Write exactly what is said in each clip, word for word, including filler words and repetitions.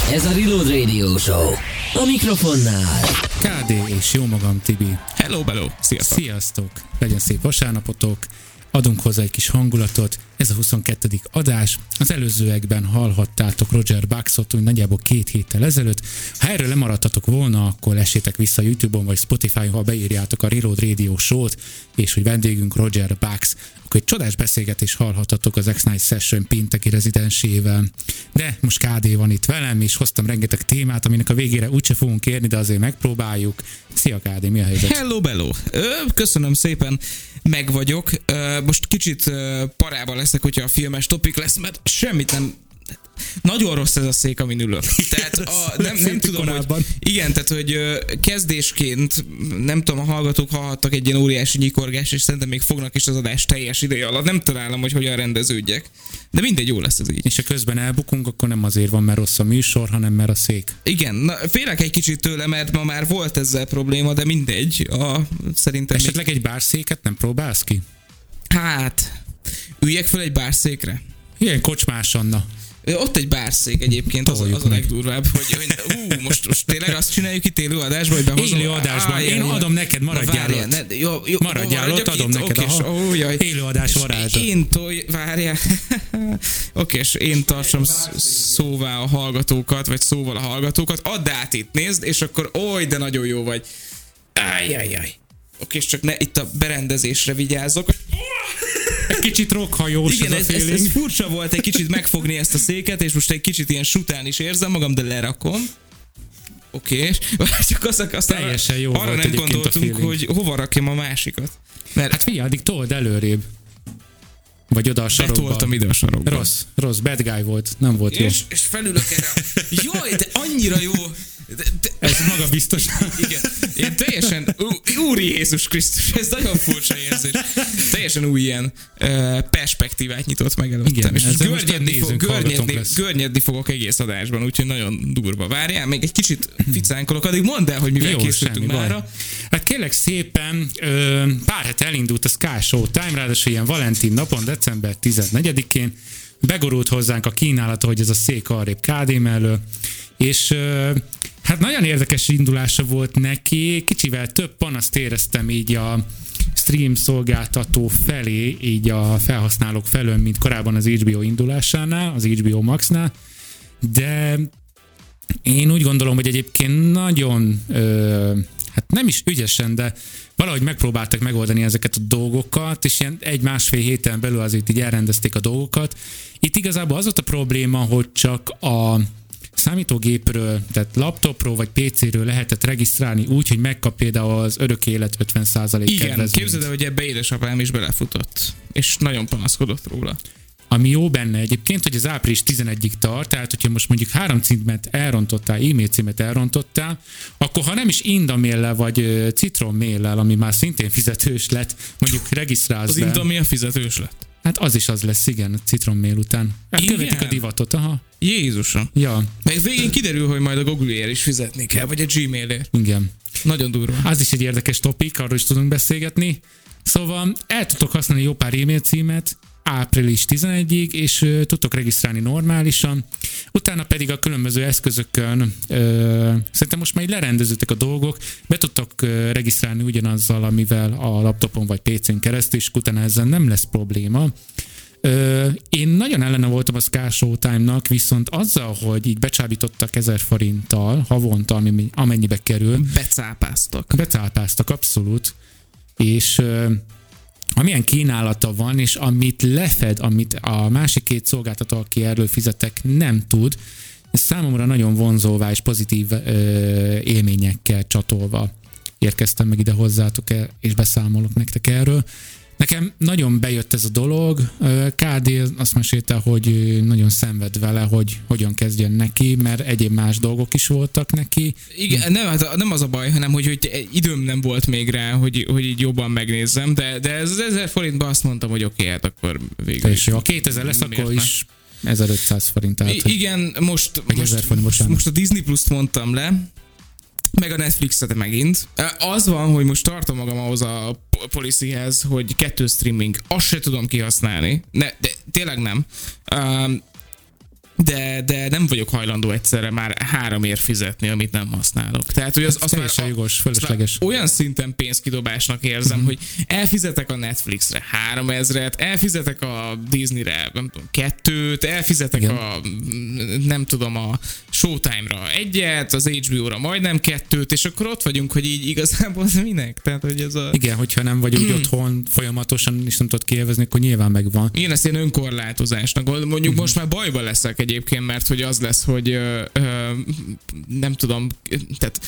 Ez a Reload Radio Show. A mikrofonnál ká dé és jó magam, Tibi. Hello, hello. Sziasztok. Sziasztok. Legyen szép vasárnapotok. Adunk hozzá egy kis hangulatot. Ez a huszonkettedik adás. Az előzőekben hallhattátok Roger Bucksot, úgy nagyjából két héttel ezelőtt. Ha erről lemaradtatok volna, akkor essétek vissza YouTube-on vagy Spotify-on, ha beírjátok a Reload Radio Show-t, és hogy vendégünk Roger Bucks, akkor egy csodás beszélgetés hallhattatok az X-Night Session pénteki rezidensével. De most ká dé van itt velem, és hoztam rengeteg témát, aminek a végére úgyse fogunk érni, de azért megpróbáljuk. Szia ká dé, mi a helyzet? Hello, hello. Köszönöm szépen, meg vagyok. Most kicsit parában leszek, hogyha a filmes topik lesz, mert semmit nem... Nagyon rossz ez a szék, amin ülök. Tehát a, nem, nem tudom, hogy... Igen, tehát hogy kezdésként, nem tudom, a hallgatók hallhattak egy ilyen óriási nyikorgást, és szerintem még fognak is az adás teljes ideje alatt. Nem találom, hogy hogyan rendeződjek. De mindegy, jó lesz ez így. És ha közben elbukunk, akkor nem azért van, mert rossz a műsor, hanem mert a szék. Igen, na, félek egy kicsit tőle, mert ma már volt ezzel probléma, de mindegy. A, szerintem Esetleg még... egy bárszéket nem próbálsz ki? Hát, üljek fel egy bárszékre? Ilyen Kocsmás Anna. Ott egy bárszék egyébként, az, az a legdurvább, hogy, hogy ú, most, most tényleg azt csináljuk itt élő adásban, hogy behozom. Élő adásban, ah, én adom neked, maradjál ott. Ne, jó, jó, maradjál ott, adom itt, neked, okés, ó, jaj. Élő adás varázsa. Én tolj, várjál. Oké, és én tartsam szóvá a hallgatókat, vagy szóval a hallgatókat, add át itt, nézd, és akkor oly, de nagyon jó vagy. Ájjájjáj. Oké, és csak ne itt a berendezésre vigyázzok. Egy kicsit rockhajós. Igen, ez, ez, ez furcsa volt egy kicsit megfogni ezt a széket, és most egy kicsit ilyen sután is érzem magam, de lerakom. Oké, és csak azt, azt teljesen jó arra volt nem gondoltunk, hogy hova rakjam a másikat. Mert hát figyelj, addig told előrébb. Vagy oda a sarokba. Betoltam ide a sarokba. Rossz, rossz, bad guy volt, nem volt és, jó. És felülök erre. Jaj, de annyira jó. De, de, ez maga biztos. Igen. Én teljesen, Úr Jézus Krisztus, ez nagyon furcsa érzés. Teljesen új ilyen uh, perspektívát nyitott meg előttem. Igen, és görnyedni, fog, görnyedni, görnyedni fogok egész adásban, úgyhogy nagyon durva. Várjál, még egy kicsit ficánkolok, addig mondd el, hogy mivel jó, készültünk mára. Hát kérlek szépen, ö, pár hete elindult a Sky Showtime, ráadásul ilyen Valentin napon, december tizennegyedikén. Begorult hozzánk a kínálata, hogy ez a szék arrébb ká dé mellől. És hát nagyon érdekes indulása volt neki, kicsivel több panaszt éreztem így a stream szolgáltató felé, így a felhasználók felől, mint korábban az há bé o indulásánál, az há bé o Maxnál, de én úgy gondolom, hogy egyébként nagyon, ö, hát nem is ügyesen, de valahogy megpróbáltak megoldani ezeket a dolgokat, és ilyen egy-másfél héten belül azért így elrendezték a dolgokat. Itt igazából az volt a probléma, hogy csak a számítógépről, tehát laptopról vagy pé céről lehetett regisztrálni úgy, hogy megkap például az örök élet ötven százalék kedvezményt. Igen, képzeld el, hogy ebbe édesapám is belefutott, és nagyon panaszkodott róla. Ami jó benne egyébként, hogy az április tizenegyedikéig tart, tehát hogyha most mondjuk három címet elrontottál, e-mail címet elrontottál, akkor ha nem is Indamail-lel vagy Citron-mail-lel, ami már szintén fizetős lett, mondjuk regisztrálsz az be. Az Indamail fizetős lett? Hát az is az lesz, igen, a Citron-mail után. Követik a divatot, aha. Jézusom. Ja. Meg végén kiderül, hogy majd a Google-ért is fizetni kell, vagy a Gmail-ért. Igen. Nagyon durva. Az is egy érdekes topik, arról is tudunk beszélgetni. Szóval el tudtok használni jó pár e-mail címet április tizenegyedikéig, és uh, tudtok regisztrálni normálisan. Utána pedig a különböző eszközökön uh, szerintem most már így lerendeződtek a dolgok, be tudtok uh, regisztrálni ugyanazzal, amivel a laptopon vagy pé cén keresztül, és utána ezzel nem lesz probléma. Uh, én nagyon ellene voltam a Sky Showtime-nak, viszont azzal, hogy így becsábítottak ezer forinttal havonta, amennyibe kerül. Becápáztak. Becápáztak, abszolút. És uh, amilyen kínálata van, és amit lefed, amit a másik két szolgáltató, aki erről fizetek, nem tud, ez számomra nagyon vonzóvá és pozitív ö, élményekkel csatolva érkeztem meg ide hozzátok, és beszámolok nektek erről. Nekem nagyon bejött ez a dolog, ká dé azt mesélte, hogy nagyon szenved vele, hogy hogyan kezdjen neki, mert egyéb más dolgok is voltak neki. Igen, nem, nem az a baj, hanem hogy, hogy időm nem volt még rá, hogy, hogy így jobban megnézzem, de, de ez az ezer forintban azt mondtam, hogy oké, okay, hát akkor végül is. Ha kétezer lesz, akkor is ezerötszáz forint. Tehát, I- igen, most, most, forint, most a Disney Plus-t mondtam le, meg a Netflixet megint. Az van, hogy most tartom magam ahhoz a policyhez, hogy kettő streaming, azt se tudom kihasználni. Ne, de tényleg nem. Um, de, de nem vagyok hajlandó egyszerre már háromért fizetni, amit nem használok. Tehát, hogy az, az teljesen már, jogos, fölösleges. Olyan szinten pénzkidobásnak érzem, uh-huh. hogy elfizetek a Netflixre háromezret, elfizetek a Disneyre, nem tudom, kettőt, elfizetek igen. a, nem tudom, a Showtime-ra egyet, az há bé ó-ra majdnem kettőt, és akkor ott vagyunk, hogy így igazából minek? Tehát, hogy ez a... Igen, hogyha nem vagy úgy otthon folyamatosan, és nem tudod kielvezni, akkor nyilván megvan. Igen, ezt ilyen önkorlátozásnak. Mondjuk uh-huh. most már bajba leszek egyébként, mert hogy az lesz, hogy ö, ö, nem tudom, tehát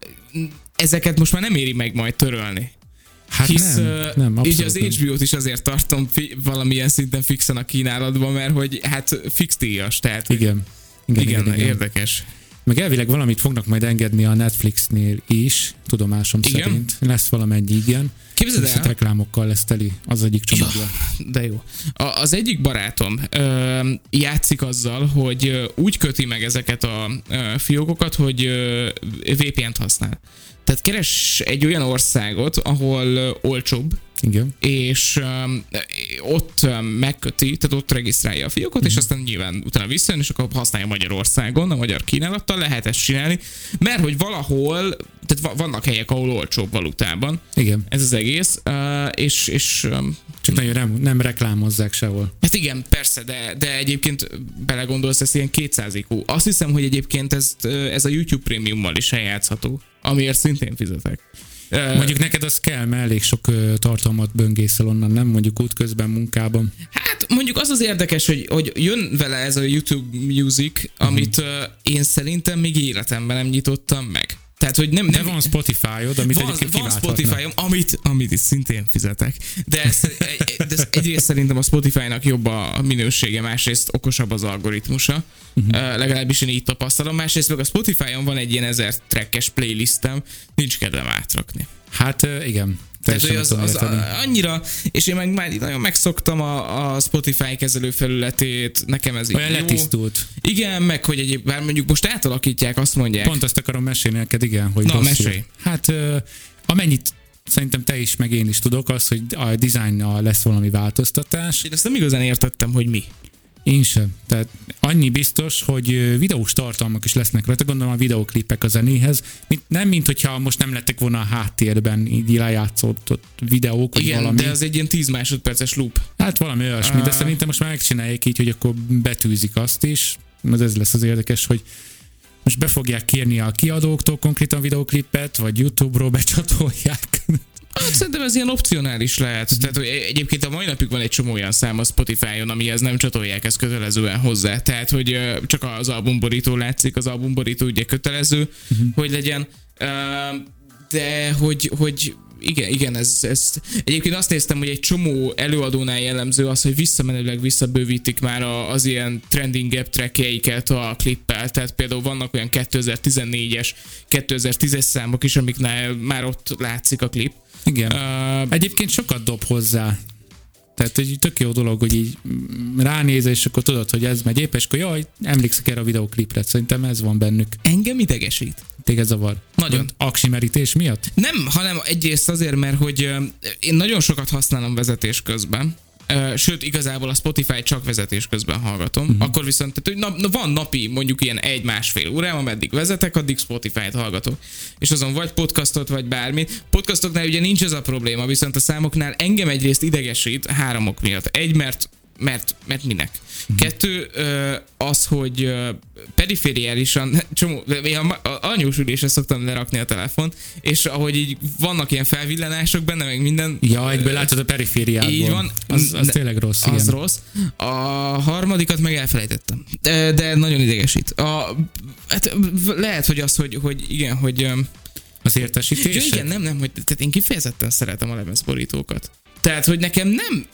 ezeket most már nem éri meg majd törölni. Hát hisz nem, nem, így az há bé ó-t is azért tartom fi, valamilyen szinten fixen a kínálatban, mert hogy hát fix díjas, tehát igen. Igen, igen, igen, igen, érdekes. Meg elvileg valamit fognak majd engedni a Netflixnél is, tudomásom igen? szerint. Lesz valamennyi, igen. Képzeld el. Reklámokkal lesz teli az egyik csomagja. Ja, de jó. A, az egyik barátom ö, játszik azzal, hogy ö, úgy köti meg ezeket a ö, fiókokat, hogy ö, vé pé en-t használ. Tehát keres egy olyan országot, ahol ö, olcsóbb, igen. és um, ott um, megköti, tehát ott regisztrálja a fiókot, uh-huh. és aztán nyilván utána visszajön, és akkor használja Magyarországon, a magyar kínálattal, lehet ezt csinálni, mert hogy valahol, tehát vannak helyek, ahol olcsóbb valutában. Igen. Ez az egész, uh, és... és um, csak nagyon nem, nem reklámozzák sehol. Hát igen, persze, de, de egyébként belegondolsz, ez ilyen kétszáz i kú. Azt hiszem, hogy egyébként ez, ez a YouTube Premiummal is eljátszható, amiért szintén fizetek. Mondjuk neked az kell, mert elég sok ö, tartalmat böngészel onnan, nem? Mondjuk útközben, munkában. Hát mondjuk az az érdekes, hogy, hogy jön vele ez a YouTube Music, amit uh-huh. uh, én szerintem még életemben nem nyitottam meg. Tehát, hogy nem, de nem, van Spotify-od, amit van, egyébként van Spotify-om, amit, amit is szintén fizetek. De, ez, de ez egyrészt szerintem a Spotify-nak jobb a minősége, másrészt okosabb az algoritmusa. Uh-huh. Uh, legalábbis én így tapasztalom. Másrészt meg a Spotify-on van egy ilyen ezer trackes playlistem, nincs kedvem átrakni. Hát uh, igen. Tehát, hogy az, az annyira, és én meg már nagyon megszoktam a, a Spotify kezelőfelületét, nekem ez így olyan jó. Letisztult. Igen, meg hogy egyébként, bár mondjuk most átalakítják, azt mondják. Pont azt akarom mesélni neked, igen, hogy na, mesélj. Hát uh, amennyit szerintem te is, meg én is tudok, az, hogy a dizájnnal lesz valami változtatás. Én ezt nem igazán értettem, hogy mi. Én sem. Tehát annyi biztos, hogy videós tartalmak is lesznek rajta, gondolom a videóklipek a zenéhez. Mint, nem, mint hogyha most nem lettek volna a háttérben így lejátszódott videók, vagy igen, valami. de az egy ilyen tíz másodperces loop. Hát valami olyasmi, uh... de szerintem most már megcsinálják így, hogy akkor betűzik azt is. Az ez lesz az érdekes, hogy most be fogják kérni a kiadóktól konkrétan videóklipet, vagy YouTube-ról becsatolják. Hát szerintem ez ilyen opcionális lehet. Mm-hmm. Tehát hogy egyébként a mai napig van egy csomó olyan szám a Spotify-on, amihez nem csatolják ezt kötelezően hozzá. Tehát, hogy csak az albumborító látszik, az albumborító ugye kötelező, mm-hmm. hogy legyen. De hogy, hogy igen, igen ez, ez... Egyébként azt néztem, hogy egy csomó előadónál jellemző az, hogy visszamenőleg visszabővítik már az ilyen trending-ebb trackjeiket a klippel. Tehát például vannak olyan kétezer-tizennégyes, kétezer-tízes számok is, amiknál már ott látszik a klip. Igen. Uh, Egyébként sokat dob hozzá. Tehát egy tök jó dolog, hogy így ránéz, és akkor tudod, hogy ez megy épp, és akkor jaj, emlékszek erre a videóklipre. Szerintem ez van bennük. Engem idegesít. Téged zavar? Nagyon. Aksimerítés miatt? Nem, hanem egyrészt azért, mert hogy én nagyon sokat használom vezetés közben. Sőt, igazából a Spotify csak vezetés közben hallgatom. Uh-huh. Akkor viszont, tehát, hogy na, van napi mondjuk ilyen egy-másfél órám, ameddig vezetek, addig Spotify-t hallgatok. És azon vagy podcastot, vagy bármi. Podcastoknál ugye nincs ez a probléma, viszont a számoknál engem egyrészt idegesít három ok miatt. Egy, mert Mert, mert minek? Uh-huh. Kettő, az, hogy perifériálisan, csomó, anyós ülésre szoktam lerakni a telefont, és ahogy így vannak ilyen felvillanások benne, meg minden. Ja, egyből látod a perifériából. Így van. Az, az tényleg rossz. Az igen. rossz. A harmadikat meg elfelejtettem. De, de nagyon idegesít. A, hát lehet, hogy az, hogy, hogy igen, hogy... Az értesítések? Ja, igen, nem, nem, hogy tehát én kifejezetten szeretem a lemezborítókat. Tehát, hogy nekem nem...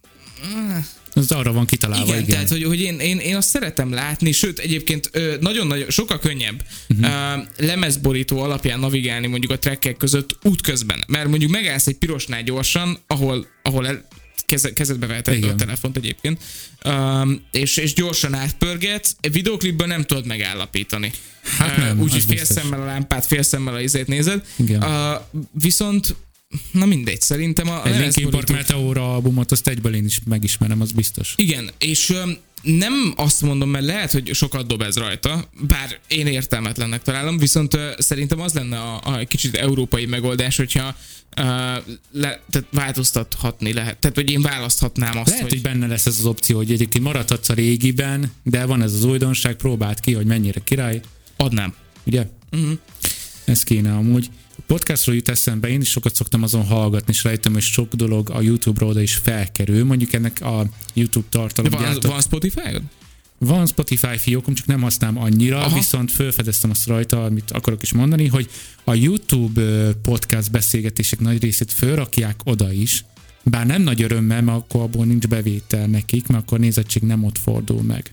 Az arra van kitalálva, igen. igen. Tehát, hogy, hogy én, én, én azt szeretem látni, sőt, egyébként nagyon-nagyon, sokkal könnyebb uh-huh. uh, lemezborító alapján navigálni mondjuk a trackek között útközben. Mert mondjuk megállsz egy pirosnál gyorsan, ahol, ahol el, keze, kezedbe veheted a telefont egyébként, um, és, és gyorsan átpörgetsz, egy videóklipből nem tudod megállapítani. Hát nem, uh, úgyhogy fél szemmel a lámpát, fél szemmel a izét nézed. Uh, viszont na mindegy, szerintem a... Egy Linkin Park Meteora albumot, azt egyből én is megismerem, az biztos. Igen, és ö, nem azt mondom, mert lehet, hogy sokat dob ez rajta, bár én értelmetlennek találom, viszont ö, szerintem az lenne a, a kicsit európai megoldás, hogyha ö, le, tehát változtathatni lehet. Tehát, hogy én választhatnám azt, lehet, hogy... hogy benne lesz ez az opció, hogy egyébként maradhatsz a régiben, de van ez az újdonság, próbáld ki, hogy mennyire király. Adnám. Ugye? Uh-huh. Ez kéne amúgy. A podcastról jut eszembe, én is sokat szoktam azon hallgatni, és rejtem, hogy sok dolog a YouTube-ról oda is felkerül. Mondjuk ennek a YouTube tartalom. Van, van Spotify-od? Van Spotify fiókom, csak nem használom annyira, aha, viszont felfedeztem azt rajta, amit akarok is mondani, hogy a YouTube podcast beszélgetések nagy részét fölrakják oda is, bár nem nagy örömmel, mert akkor abból nincs bevétel nekik, mert akkor nézettség nem ott fordul meg.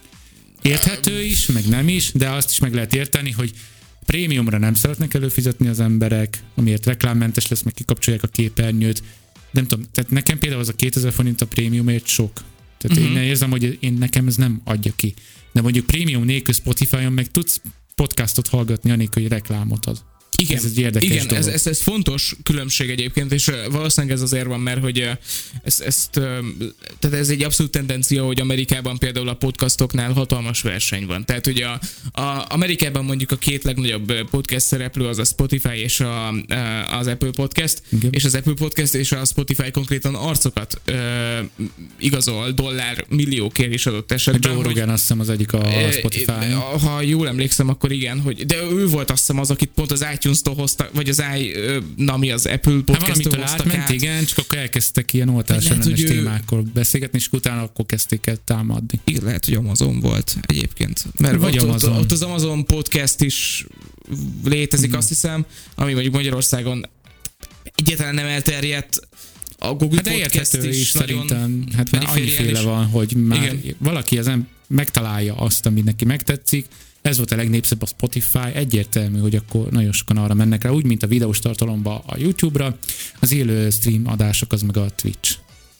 Érthető is, meg nem is, de azt is meg lehet érteni, hogy prémiumra nem szeretnek előfizetni az emberek, amiért reklámmentes lesz, meg kikapcsolják a képernyőt. Nem tudom, tehát nekem például az a kétezer forint a prémiumért sok. Tehát uh-huh. én érzem, hogy én nekem ez nem adja ki. De mondjuk prémium nélkül Spotify-on meg tudsz podcastot hallgatni, anélkül, hogy reklámot ad. Igen, ez egy érdekes igen dolog. Ez, ez, ez fontos különbség egyébként, és valószínűleg ez azért van, mert hogy ezt, ezt, tehát ez egy abszolút tendencia, hogy Amerikában például a podcastoknál hatalmas verseny van. Tehát ugye a, a Amerikában mondjuk a két legnagyobb podcast szereplő az a Spotify és a, az Apple Podcast, igen. És az Apple Podcast és a Spotify konkrétan arcokat uh, igazol dollár milliókért is adott esetben. Joe Rogan azt hiszem az egyik a Spotify. Ha jól emlékszem, akkor igen, hogy, de ő volt azt hiszem az, akit pont az iTunes-tól hoztak, vagy az i, na mi az Apple Podcast-től hát hoztak átment, át. Igen, csak akkor elkezdtek ilyen oltás ellenes témákkal beszélgetni, és utána akkor kezdték el támadni. Igen, lehet, hogy Amazon volt egyébként. Mert vagy ott, Amazon. Ott, ott az Amazon Podcast is létezik, mm. azt hiszem, ami mondjuk Magyarországon egyáltalán nem elterjedt. A Google hát Podcast is, is szerintem, hát már annyiféle van, hogy már igen. valaki ezen megtalálja azt, ami neki megtetszik. Ez volt a legnépszerűbb a Spotify, egyértelmű, hogy akkor nagyon sokan arra mennek rá, úgy, mint a videós tartalomba a YouTube-ra, az élő stream adások az meg a Twitch.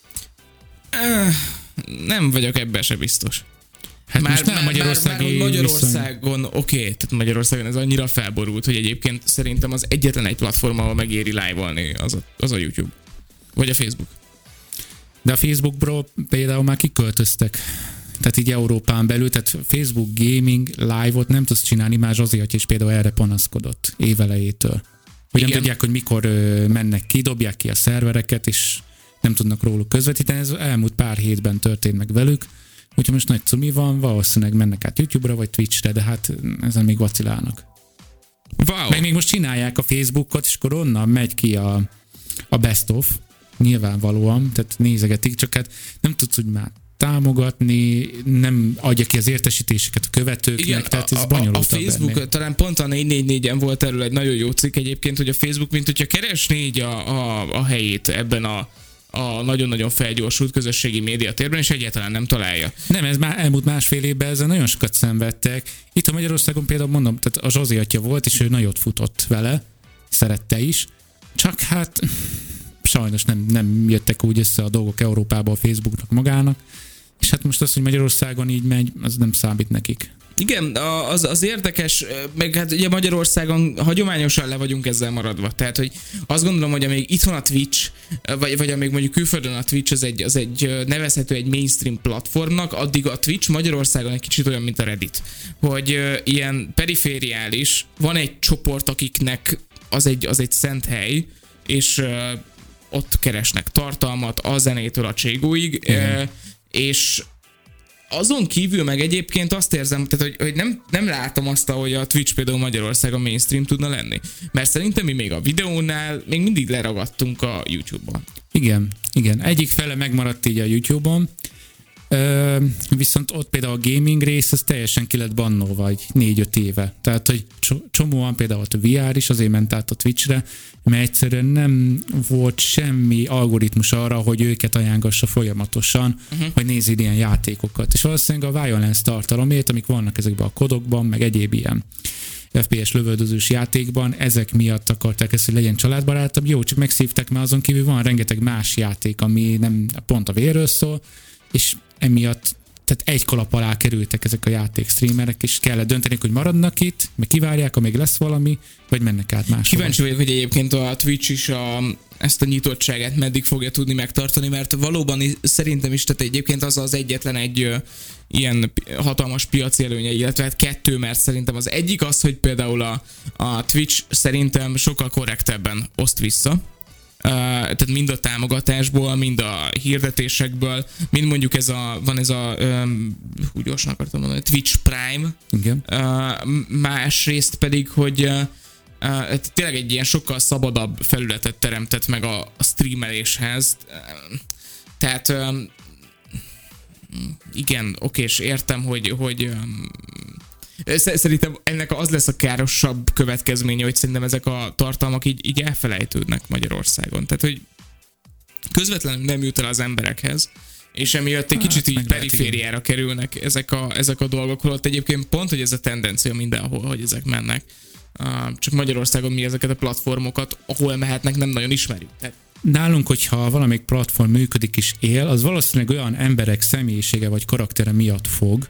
Uh, nem vagyok ebben se biztos. Hát már, most nem már, Magyarországi már, már Magyarországon, oké, okay, tehát Magyarországon ez annyira felborult, hogy egyébként szerintem az egyetlen egy platform, ahol megéri live-olni, az a, az a YouTube. Vagy a Facebook. De a Facebookról például már kiköltöztek. Tehát így Európán belül, tehát Facebook Gaming Live-ot nem tudsz csinálni, már Zsózi is például erre panaszkodott évelejétől. Hogy nem tudják, hogy mikor ö, mennek ki, dobják ki a szervereket, és nem tudnak róluk közvetíteni. Ez elmúlt pár hétben történt meg velük. Úgyhogy most nagy cumi van, valószínűleg mennek át YouTube-ra vagy Twitch-re, de hát ezen még vacilálnak. Wow. Meg még most csinálják a Facebookot, és akkor onnan megy ki a, a best of, nyilvánvalóan, tehát nézegetik, csak hát nem tudsz úgy már támogatni, nem adja ki az értesítéseket a követőknek, igen, tehát ez bonyolultabb. A, a Facebook, benni. Talán pont a négy négy négyen volt erről egy nagyon jó cikk egyébként, hogy a Facebook, mint hogyha keresné így a, a, a helyét ebben a, a nagyon-nagyon felgyorsult közösségi médiatérben, és egyáltalán nem találja. Nem, ez már elmúlt másfél évben ezzel nagyon sokat szenvedtek. Itt a Magyarországon például mondom, tehát a Zsózi atya volt, és ő nagyot futott vele, szerette is, csak hát sajnos nem, nem jöttek úgy össze a dolgok Európába a Facebooknak magának, és hát most az, hogy Magyarországon így megy, az nem számít nekik. Igen, az, az érdekes, meg hát ugye Magyarországon hagyományosan le vagyunk ezzel maradva. Tehát, hogy azt gondolom, hogy amíg itt van a Twitch, vagy, vagy amíg mondjuk külföldön a Twitch az egy, az egy nevezhető egy mainstream platformnak, addig a Twitch Magyarországon egy kicsit olyan, mint a Reddit. Hogy ilyen perifériális, van egy csoport, akiknek az egy, az egy szent hely, és ott keresnek tartalmat, a zenétől a cségóig, mm. és azon kívül meg egyébként azt érzem, tehát, hogy, hogy nem, nem látom azt, hogy a Twitch például Magyarországon mainstream tudna lenni. Mert szerintem mi még a videónál még mindig leragadtunk a YouTube-ban. Igen, igen. Egyik fele megmaradt így a YouTube-on, Ö, viszont ott például a gaming rész, az teljesen ki lett bannolva egy négy-öt éve. Tehát, hogy csomóan például a vé er is azért ment át a Twitchre, mert egyszerűen nem volt semmi algoritmus arra, hogy őket ajánlassa folyamatosan, uh-huh. hogy nézzél ilyen játékokat. És valószínűleg a violence tartalomért, amik vannak ezekben a kodokban, meg egyéb ilyen ef pé es lövöldözős játékban, ezek miatt akarták ezt, hogy legyen családbarátabb. Jó, csak megszívták, mert azon kívül van rengeteg más játék, ami nem pont a vérről szól, és emiatt tehát egy kalap alá kerültek ezek a játék streamerek, és kellett dönteni, hogy maradnak itt, meg kivárják, amíg lesz valami, vagy mennek át máshova. Kíváncsi vagyok, hogy egyébként a Twitch is a, ezt a nyitottságát meddig fogja tudni megtartani, mert valóban szerintem is, tehát egyébként az az egyetlen egy ö, ilyen hatalmas piaci előnye, illetve hát kettő, mert szerintem az egyik az, hogy például a, a Twitch szerintem sokkal korrektebben oszt vissza. Uh, tehát mind a támogatásból, mind a hirdetésekből, mind mondjuk ez a, van ez a, um, úgy gyorsan akartam mondani, Twitch Prime. Igen. Uh, másrészt pedig, hogy uh, uh, tényleg egy ilyen sokkal szabadabb felületet teremtett meg a, a streameléshez. Uh, tehát um, igen, oké, és értem, hogy, hogy um, szerintem ennek az lesz a károsabb következménye, hogy szerintem ezek a tartalmak így, így elfelejtődnek Magyarországon. Tehát, hogy közvetlenül nem jut el az emberekhez, és emiatt egy kicsit így perifériára kerülnek ezek a, ezek a dolgok, holott egyébként pont, hogy ez a tendencia mindenhol, hogy ezek mennek. Csak Magyarországon mi ezeket a platformokat, ahol mehetnek, nem nagyon ismerjük. Tehát nálunk, hogyha valamelyik platform működik és él, az valószínűleg olyan emberek személyisége vagy karaktere miatt fog,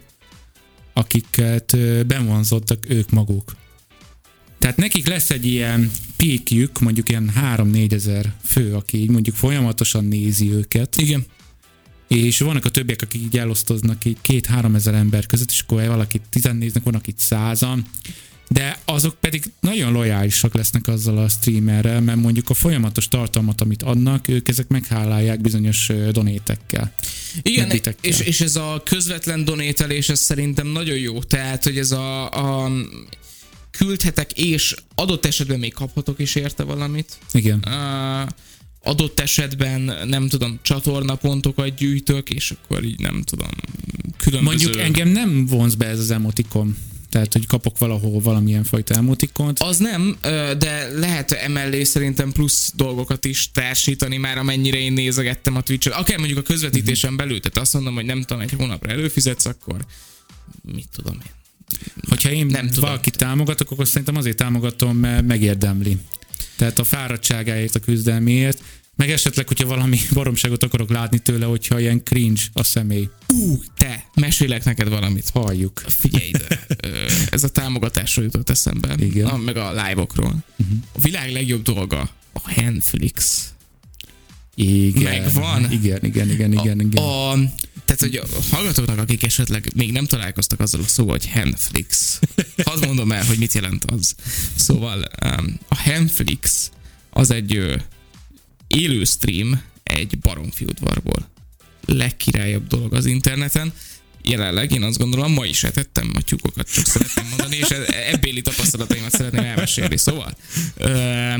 akiket bevonzottak ők maguk. Tehát nekik lesz egy ilyen pékjük, mondjuk ilyen három-négyezer fő, aki így mondjuk folyamatosan nézi őket. Igen. És vannak a többiek, akik így elosztoznak így két-három ezer ember között, és akkor valakit tizen néznek, van akit százan. De azok pedig nagyon lojálisak lesznek azzal a streamerrel, mert mondjuk a folyamatos tartalmat, amit adnak, ők ezek meghálálják bizonyos donétekkel. Igen, és, és ez a közvetlen donételés, ez szerintem nagyon jó. Tehát, hogy ez a, a küldhetek, és adott esetben még kaphatok is érte valamit. Igen. Uh, adott esetben, nem tudom, csatornapontokat gyűjtök, és akkor így nem tudom, különböző... Mondjuk engem nem vonz be ez az emotikon. Tehát, hogy kapok valahol valamilyen fajta emotikont. Az nem, de lehet emellé szerintem plusz dolgokat is társítani már, amennyire én nézegettem a Twitch-et. Akár mondjuk a közvetítésen belül, tehát azt mondom, hogy nem tudom, egy hónapra előfizetsz, akkor mit tudom én. Hogyha én nem valakit támogatok, akkor szerintem azért támogatom, mert megérdemli. Tehát a fáradtságáért, a küzdelméért, meg esetleg, hogyha valami baromságot akarok látni tőle, hogyha ilyen cringe a személy. Ú, te, mesélek neked valamit. Halljuk. Figyelj ide, ez a támogatásról jutott eszembe. Igen. Na, meg a live-okról. Uh-huh. A világ legjobb dolga a Handflix. Igen. Megvan. Igen, igen, igen, igen. igen. A, a, tehát, hogy a hallgatóknak, akik esetleg még nem találkoztak azzal a szóval, hogy Handflix. Hadd mondom el, hogy mit jelent az. Szóval a Handflix az egy élő stream egy baromfi udvarból. Legkirályabb dolog az interneten. Jelenleg én azt gondolom, ma is etettem a tyúkokat, csak szeretném mondani, és ebbéli tapasztalataimat szeretném elmesélni. Szóval ö,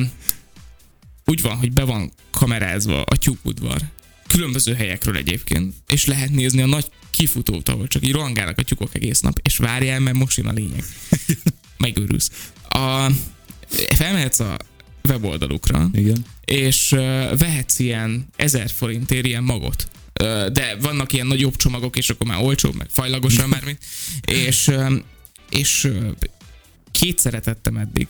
úgy van, hogy be van kamerázva a tyúkudvar. Különböző helyekről egyébként, és lehet nézni a nagy kifutót, ahol csak így rohangálnak a tyúkok egész nap, és várjál, mert most jön a lényeg. Megőrülsz. A, felmehetsz a weboldalukra, igen. és uh, vehetsz ilyen ezer forintért ilyen magot. Uh, de vannak ilyen nagyobb csomagok, és akkor már olcsóbb, meg fajlagosan már mint. És, uh, és uh, kétszer etettem eddig.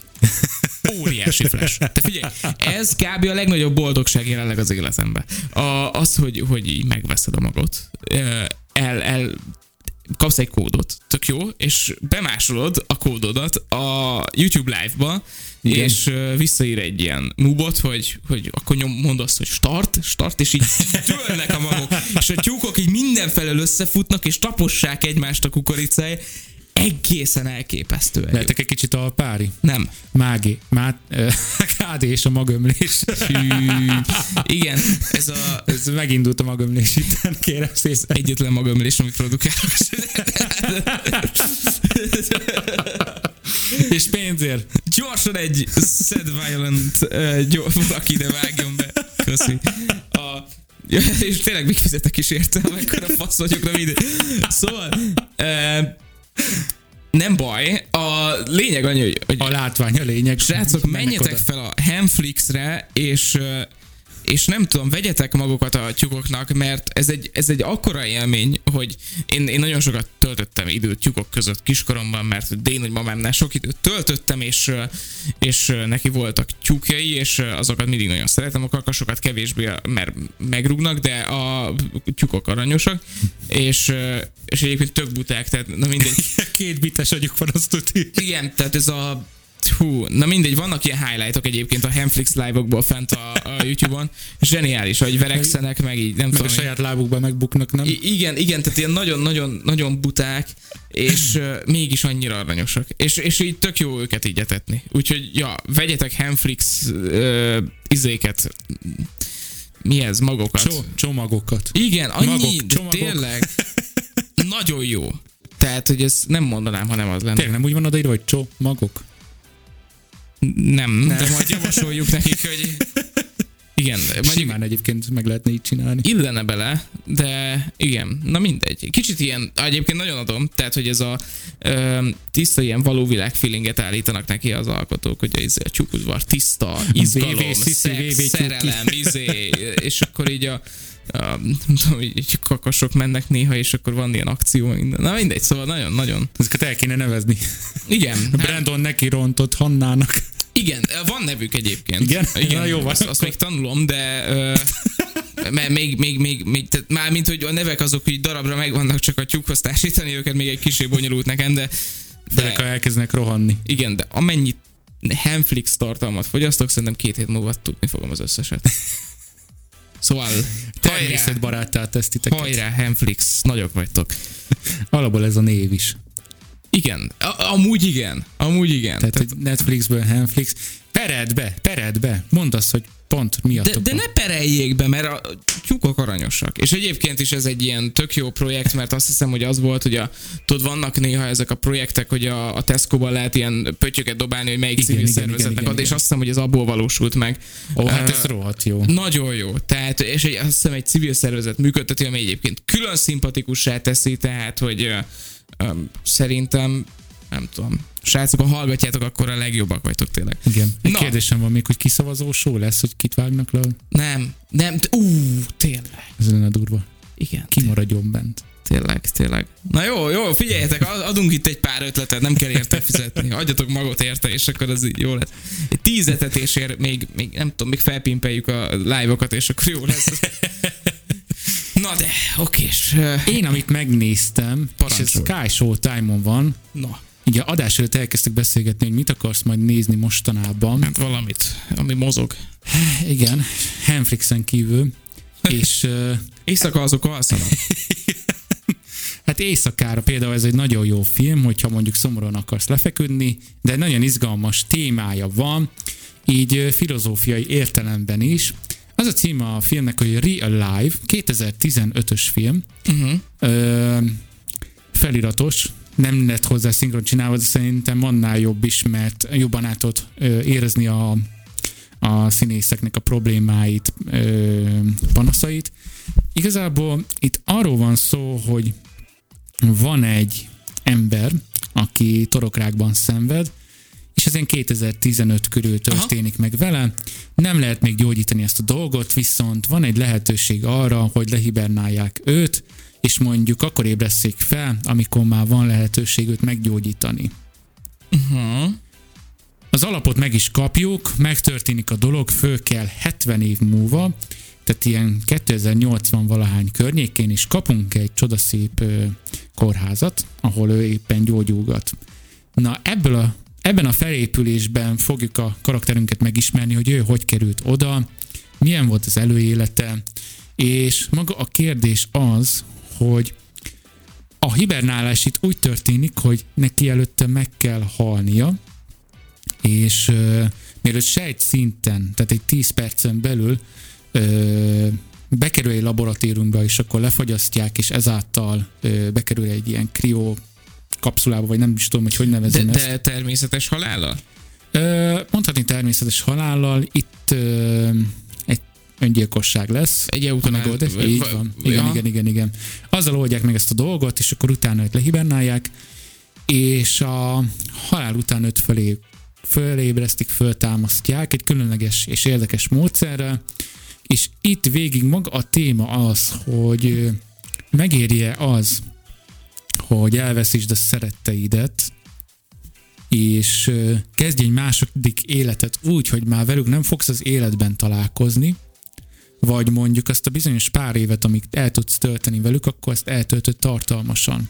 Óriási flash. Te figyelj, ez kb. A legnagyobb boldogság jelenleg az életemben. A, az, hogy, hogy így megveszed a magot, uh, el, el kapsz egy kódot, tök jó, és bemásolod a kódodat a YouTube Live-ba, igen. És uh, visszaír egy ilyen mubot, hogy, hogy akkor nyom, mondasz, hogy start, start, és így tőlnek a magok, és a tyúkok így mindenfelől összefutnak, és tapossák egymást a kukoricáért. Egészen elképesztő. Lehetek egy kicsit a pári? Nem. Mági. Mát, ká dé és a magömlés. Igen, ez a... Ez megindult a magömlés itt, kérem szépen. Egyetlen magömlés, amit produkálok. És pénzért. Gyorsan egy sad violent uh, gyors, valaki ide vágjon be. Köszi. A, és tényleg még fizetek is érte, mekkora fasz vagyok, de mindegy. Szóval... Uh, nem baj, a lényeg annyi, hogy... A látvány a lényeg. Srácok, menjetek fel a Handflixre, és uh, és nem tudom, vegyetek magukat a tyúkoknak, mert ez egy, ez egy akkora élmény, hogy én, én nagyon sokat töltöttem időt tyúkok között kiskoromban, mert Dén, hogy mamámnál sok időt töltöttem, és, és neki voltak tyúkjai, és azokat mindig nagyon szeretem, a kakasokat kevésbé, mert megrúgnak, de a tyúkok aranyosak, és, és egyébként tök buták, tehát na mindegy. Két bites agyuk van, azt tudni. Igen, tehát ez a hú, na mindegy, vannak ilyen highlightok egyébként a Hamflix live-okból fent a, a YouTube-on. Zseniális, hogy verekszenek, meg így, nem meg tudom. a saját lábukban megbuknak, nem? I- igen, igen, tehát ilyen nagyon-nagyon nagyon buták, és uh, mégis annyira aranyosak. És, és így tök jó őket így etetni. Úgyhogy, ja, vegyetek Hamflix uh, izéket. Mi ez? Magokat? Csó, csomagokat. Igen, annyi, Magok, de csomagok. tényleg nagyon jó. Tehát, hogy ezt nem mondanám, ha nem az lenne. Tényleg nem úgy van odaírva, hogy csomagok? Nem, nem, de majd javasoljuk nekik, hogy igen. Simán Simán egyébként meg lehetne így csinálni. illene bele, de igen, na mindegy. Kicsit ilyen, egyébként nagyon adom, tehát, hogy ez a ö, tiszta ilyen való világ feelinget állítanak neki az alkotók, hogy ez a tyúkudvar tiszta, izgalom, vé vé, sziszti, szex, vé vé, szerelem, izé, és akkor így a a, nem tudom, így kakasok mennek néha, és akkor van ilyen akció, minden. Na mindegy, szóval nagyon-nagyon. Ezeket el kéne nevezni. Igen. Brandon neki rontott Hannának. Igen, van nevük egyébként. Igen? Igen, Na jó, van. azt, azt még tanulom, de ö, mert még, még, még, még tehát már mint, hogy a nevek azok, hogy darabra megvannak, csak a tyúkhoz társítani őket, még egy kicsit bonyolult nekem, de, De ha elkezdenek rohanni. igen, de amennyit Hamflix tartalmat fogyasztok, szerintem két hét múlva tudni fogom az összeset. Szóval Természetbaráttá tesz titeket. hajrá, Hamflix, nagyok vagytok. Alapból ez a név is. Igen, a- amúgy igen, amúgy igen. Tehát, hogy Netflixből Hamflix. Pered be, pered be. Mondd azt, hogy pont De, miattok de van. ne pereljék be, mert a tyúkok aranyosak. És egyébként is ez egy ilyen tök jó projekt, mert azt hiszem, hogy az volt, hogy a, tudod, vannak néha ezek a projektek, hogy a, a Tesco-ban lehet ilyen pöttyöket dobálni, hogy melyik Igen, civil igen, szervezetnek igen, ad, igen, és igen. azt hiszem, hogy ez abból valósult meg. Ó, hát Uh, ez rohadt jó. Nagyon jó. Tehát, és egy, azt hiszem egy civil szervezet működteti, ami egyébként külön szimpatikussá teszi, tehát, hogy uh, um, szerintem nem tudom. Srácok, ha hallgatjátok, akkor a legjobbak vagytok tényleg. Igen. Egy Na. kérdésem van még, hogy kiszavazó show lesz, hogy kit vágnak le? Nem, nem, ú, tényleg. Ez lenne durva. Igen. Ki maradjon bent? Tényleg, tényleg. Na jó, jó, figyeljetek, adunk itt egy pár ötletet, nem kell érte fizetni. Adjatok magot érte, és akkor az így jó lesz. Egy tíz etetésért még, még nem tudom, még felpimpeljük a live-okat, és akkor jó lesz. Na de, okés. Én, amit megnéztem, Parancsolj. és ez Sky Show Time-on van, Na, ugye adás előtt elkezdtek beszélgetni, hogy mit akarsz majd nézni mostanában. hát valamit, ami mozog. Igen, Hamflixen kívül, és uh, Éjszaka azok alszanak. hát éjszakára például ez egy nagyon jó film, hogyha mondjuk szomorúan akarsz lefeküdni, de egy nagyon izgalmas témája van, így uh, filozófiai értelemben is. Az a címe a filmnek, hogy Real Life, kétezer-tizenötös film, Uh-huh. ö, feliratos, nem lett hozzá szinkron csinálva, de szerintem annál jobb is, mert jobban át tudod ö, érezni a, a színészeknek a problémáit, ö, panaszait. Igazából itt arról van szó, hogy van egy ember, aki torokrákban szenved, és ez ilyen kétezer-tizenöt körül történik Aha. meg vele. Nem lehet még gyógyítani ezt a dolgot, viszont van egy lehetőség arra, hogy lehibernálják őt, és mondjuk akkor ébresszék fel, amikor már van lehetőség őt meggyógyítani. Uh-huh. Az alapot meg is kapjuk, megtörténik a dolog, föl kell hetven év múlva, tehát ilyen kétezer-nyolcvan valahány környékén is kapunk egy csodaszép ö, kórházat, ahol ő éppen gyógyulgat. Na ebből a Ebben a felépülésben fogjuk a karakterünket megismerni, hogy ő hogy került oda, milyen volt az előélete, és maga a kérdés az, hogy a hibernálás itt úgy történik, hogy neki előtte meg kell halnia, és euh, mielőtt sejt szinten, tehát egy tíz percen belül euh, bekerül egy laboratóriumba, és akkor lefagyasztják, és ezáltal euh, bekerül egy ilyen krió kapszulába, vagy nem is tudom, hogy hogy nevezem de, ezt. de természetes halállal? Ö, mondhatni természetes halállal, itt ö, egy öngyilkosság lesz. Egy A eutanázia. megoldás. Így van. Igen, Ja. igen, igen, igen. Azzal oldják meg ezt a dolgot, és akkor utána őt lehibernálják, és a halál után őt fölé, fölébresztik, föltámasztják egy különleges és érdekes módszerrel, És itt végig maga a téma az, hogy megérje az, hogy elveszítsd a szeretteidet, és kezdj egy második életet úgy, hogy már velük nem fogsz az életben találkozni, vagy mondjuk azt a bizonyos pár évet, amíg el tudsz tölteni velük, akkor ezt eltöltöd tartalmasan.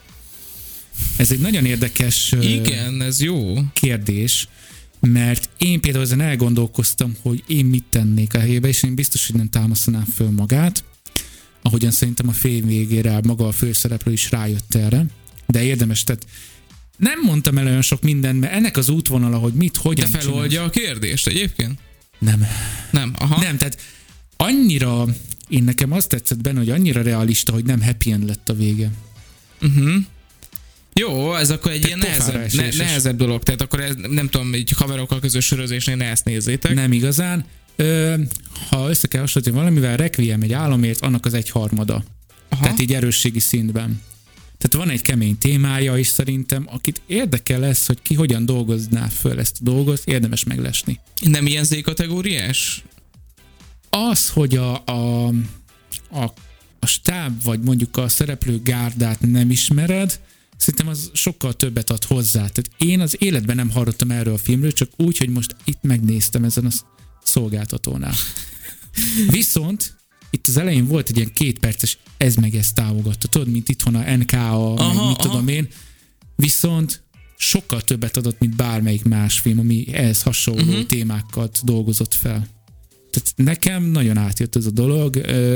Ez egy nagyon érdekes Igen, ez jó kérdés, mert én például ezen elgondolkoztam, hogy én mit tennék a helyébe, és én biztos, hogy nem támasztanám föl magát, ahogyan szerintem a film végére maga a főszereplő is rájött erre, de érdemes, tehát nem mondtam el olyan sok mindent, mert ennek az útvonala, hogy mit, hogyan De feloldja csinálsz. a kérdést egyébként? Nem. Nem, aha. Nem, tehát annyira, én nekem azt tetszett benne, hogy annyira realista, hogy nem happy end lett a vége. Uh-huh. Jó, ez akkor egy Te ilyen nehezebb, ne, nehezebb dolog, tehát akkor ez, nem tudom, így haverokkal közös sörözésnél ne ezt nézzétek. Nem igazán. Ö, ha össze kell hasonlítani valamivel, Requiem egy álomért, annak az egyharmada. Aha. Tehát így erősségi szintben. Tehát van egy kemény témája, és szerintem akit érdekel lesz, hogy ki hogyan dolgozná föl ezt a dolgot, érdemes meglesni. Nem ilyen Z-kategóriás? Az, hogy a, a, a, a stáb, vagy mondjuk a szereplő gárdát nem ismered, szerintem az sokkal többet ad hozzá. Tehát én az életben nem hallottam erről a filmről, csak úgy, hogy most itt megnéztem ezen a szolgáltatónál. Viszont itt az elején volt egy ilyen két perces ez meg ezt támogatta, tudod, mint itthon a en ká á, aha, meg mit aha. tudom én. Viszont sokkal többet adott, mint bármelyik más film, ami ehhez hasonló uh-huh. témákat dolgozott fel. Tehát nekem nagyon átjött ez a dolog,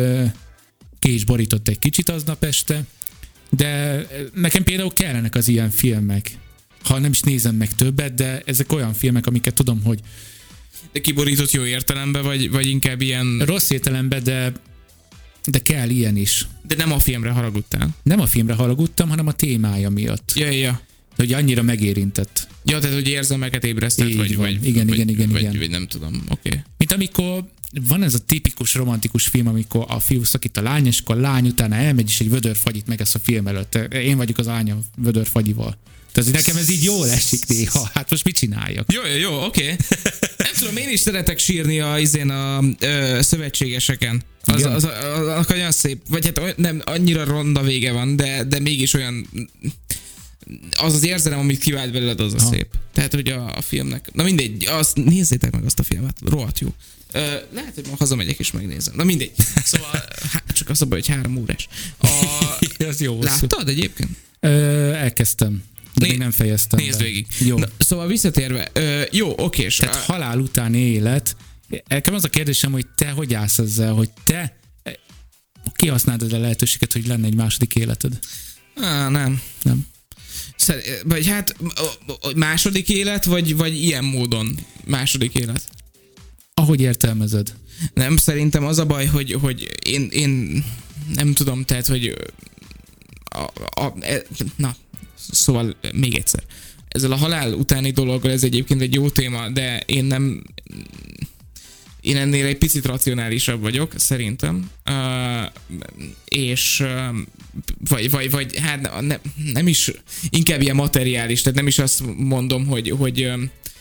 ki is borított egy kicsit aznap este, de nekem például kellenek az ilyen filmek. Ha nem is nézem meg többet, de ezek olyan filmek, amiket tudom, hogy De kiborított jó értelemben, vagy, vagy inkább ilyen... rossz értelemben, de, de kell ilyen is. De nem a filmre haragudtál. Nem a filmre haragudtam, hanem a témája miatt. Ja, ja. Hogy annyira megérintett. Ja, tehát hogy érzelmeket ébresztett, Így vagy, van. vagy... Igen, vagy, igen, igen, vagy, igen. Vagy nem tudom, oké. Okay. Mint amikor van ez a tipikus romantikus film, amikor a fiú szakít a lány, és akkor a lány utána elmegy, és egy vödörfagyit meg ezt a film előtt. Én vagyok az ánya vödörfagyival. Tehát nekem ez így jól esik néha. Hát most mit csináljak? Jó, jó, jó, oké. Okay. Nem tudom, én is szeretek sírni a, izén a ö, szövetségeseken. Az, az, az, az, az olyan szép, vagy hát nem, annyira ronda vége van, de, de mégis olyan... Az az érzelem, amit kivált belőled, az a ha. szép. Tehát, hogy a, a filmnek... Na mindegy, azt, nézzétek meg azt a filmet, rohadt jó. Ö, lehet, hogy ma hazamegyek és megnézem. Na mindegy. Szóval há, csak az a baj, hogy három órás. A, ez jó. láttad egyébként? Ö, elkezdtem. De Né- még nem fejeztem. Nézd be. végig. Jó. Na, szóval visszatérve, ö, jó, okés. Tehát halál utáni élet. Nekem az a kérdésem, hogy te hogy állsz ezzel, hogy te kihasználod a lehetőséget, hogy lenne egy második életed? Á, nem. Nem. Szer- vagy hát második élet, vagy, vagy ilyen módon második élet? Ahogy értelmezed. Nem, szerintem az a baj, hogy, hogy én, én nem tudom, tehát, hogy a, a, na, szóval még egyszer. Ezzel a halál utáni dologgal ez egyébként egy jó téma, de én nem... Én ennél egy picit racionálisabb vagyok, szerintem. Uh, és uh, vagy, vagy, vagy hát ne, nem is, inkább ilyen materiális, tehát nem is azt mondom, hogy, hogy uh,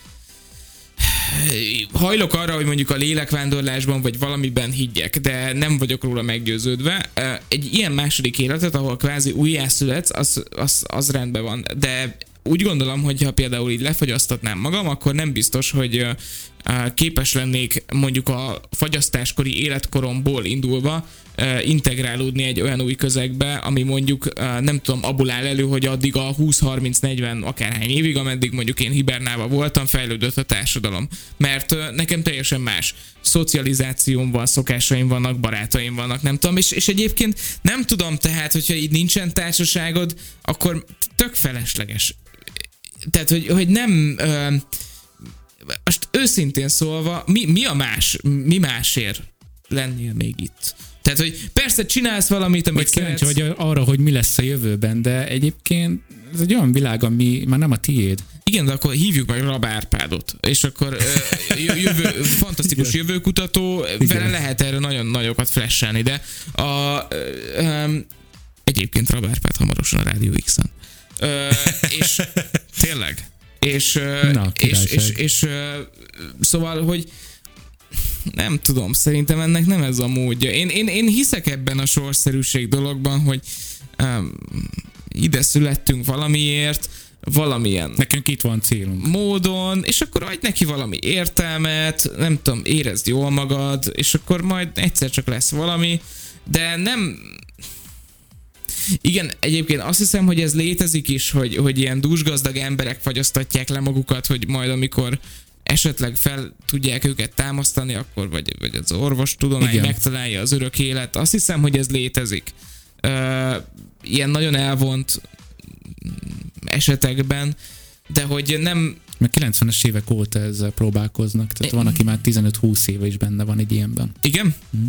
hajlok arra, hogy mondjuk a lélekvándorlásban vagy valamiben higgyek, de nem vagyok róla meggyőződve. Uh, egy ilyen második életet, ahol kvázi újjászületsz, az, az, az rendben van, de úgy gondolom, hogy ha például így lefagyasztatnám magam, akkor nem biztos, hogy képes lennék mondjuk a fagyasztáskori életkoromból indulva integrálódni egy olyan új közegbe, ami mondjuk nem tudom, abból áll elő, hogy addig a húsz harminc negyven akárhány évig, ameddig mondjuk én hibernálva voltam, fejlődött a társadalom. Mert nekem teljesen más szocializációm van, szokásaim vannak, barátaim vannak, nem tudom, és, és egyébként nem tudom tehát, hogyha így nincsen társaságod, akkor tök felesleges. Tehát, hogy, hogy nem... Ö, most őszintén szólva, mi, mi a más, mi másért lennél még itt? Tehát, hogy persze csinálsz valamit, amit szeretsz. Vagy kíváncsi vagy arra, hogy mi lesz a jövőben, de egyébként ez egy olyan világ, ami már nem a tiéd. Igen, de akkor hívjuk meg Rab Árpádot, és akkor jövő, fantasztikus jövőkutató, vele lehet erre nagyon nagyokat flashelni, de a, um, egyébként Rab Árpád hamarosan a Rádió X-en. Uh, és tényleg. És, Na, és, és, és, és szóval, hogy nem tudom, szerintem ennek nem ez a módja. Én, én, én hiszek ebben a sorszerűség dologban, hogy um, ide születtünk valamiért, valamilyen nekünk itt van célunk módon, és akkor adj neki valami értelmet, nem tudom, érezd jól magad, és akkor majd egyszer csak lesz valami, de nem... Igen, egyébként azt hiszem, hogy ez létezik is, hogy, hogy ilyen dúsgazdag emberek fagyasztatják le magukat, hogy majd amikor esetleg fel tudják őket támasztani, akkor vagy, vagy az orvostudomány Igen. megtalálja az örök élet. Azt hiszem, hogy ez létezik. Uh, ilyen nagyon elvont esetekben, de hogy nem... Mert kilencvenes évek óta ezzel próbálkoznak, tehát van, aki már tizenöt-húsz éve is benne van egy ilyenben. Igen? Mm.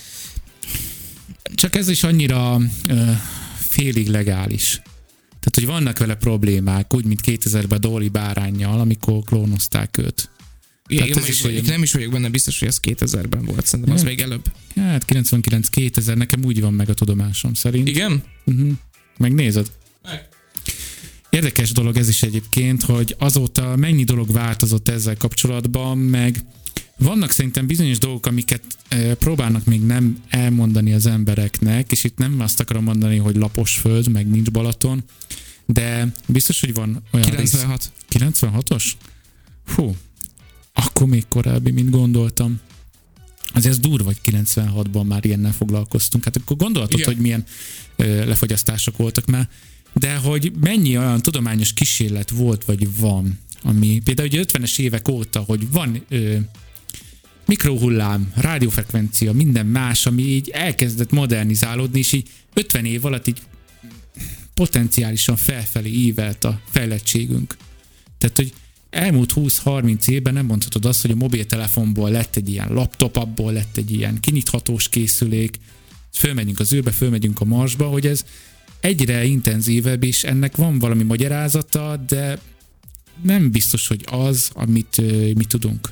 Csak ez is annyira uh, félig legális. Tehát, hogy vannak vele problémák, úgy, mint kétezerben Dolly báránnyal, amikor klónozták őt. Igen, igen, is vagyok, nem is vagyok benne biztos, hogy ez kétezerben volt, szerintem az még előbb. Hát kilencvenkilenc kétezer, nekem úgy van meg a tudomásom szerint. Igen? Uh-huh. Megnézed? Meg. Érdekes dolog ez is egyébként, hogy azóta mennyi dolog változott ezzel kapcsolatban, meg vannak szerintem bizonyos dolgok, amiket e, próbálnak még nem elmondani az embereknek, és itt nem azt akarom mondani, hogy lapos föld, meg nincs Balaton, de biztos, hogy van olyan kilencvenhat. Rész. kilencvenhatos? Hú, akkor még korábbi, mint gondoltam. Azért ez durva, hogy kilencvenhatban már ilyennel foglalkoztunk. Hát akkor gondolhatod, Igen. hogy milyen ö, lefogyasztások voltak már, de hogy mennyi olyan tudományos kísérlet volt, vagy van, ami például ugye ötvenes évek óta, hogy van ö, mikrohullám, rádiófrekvencia, minden más, ami így elkezdett modernizálódni, és így ötven év alatt így potenciálisan felfelé ívelt a fejlettségünk. Tehát, hogy elmúlt húsz-harminc évben nem mondhatod azt, hogy a mobiltelefonból lett egy ilyen laptop, abból lett egy ilyen kinyithatós készülék, fölmegyünk az űrbe, fölmegyünk a Marsba, hogy ez egyre intenzívebb, és ennek van valami magyarázata, de nem biztos, hogy az, amit mi tudunk.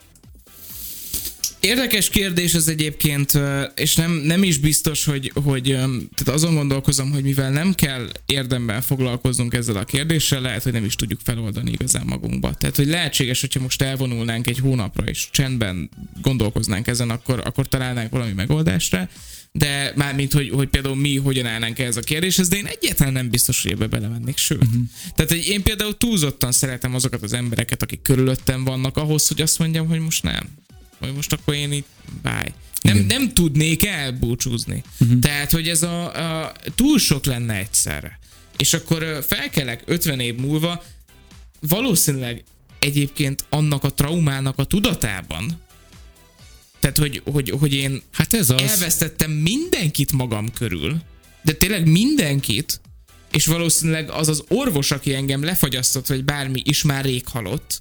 Érdekes kérdés ez egyébként, és nem, nem is biztos, hogy, hogy tehát azon gondolkozom, hogy mivel nem kell érdemben foglalkoznunk ezzel a kérdéssel, lehet, hogy nem is tudjuk feloldani igazán magunkba. Tehát, hogy lehetséges, hogyha most elvonulnánk egy hónapra, és csendben gondolkoznánk ezen, akkor, akkor találnánk valami megoldásra, de mármint, hogy, hogy például mi hogyan állnánk ehhez a kérdéshez, de én egyáltalán nem biztos, hogy ebbe belemennék, sőt. Uh-huh. Tehát, hogy én például túlzottan szeretem azokat az embereket, akik körülöttem vannak, ahhoz, hogy azt mondjam, hogy most nem. Hogy most akkor én itt báj. Nem, nem tudnék elbúcsúzni. Uh-huh. Tehát, hogy ez a, a túl sok lenne egyszerre. És akkor felkelek ötven év múlva, valószínűleg egyébként annak a traumának a tudatában, tehát, hogy, hogy, hogy én hát ez az. elvesztettem mindenkit magam körül, de tényleg mindenkit, és valószínűleg az az orvos, aki engem lefagyasztott, vagy bármi is már rég halott,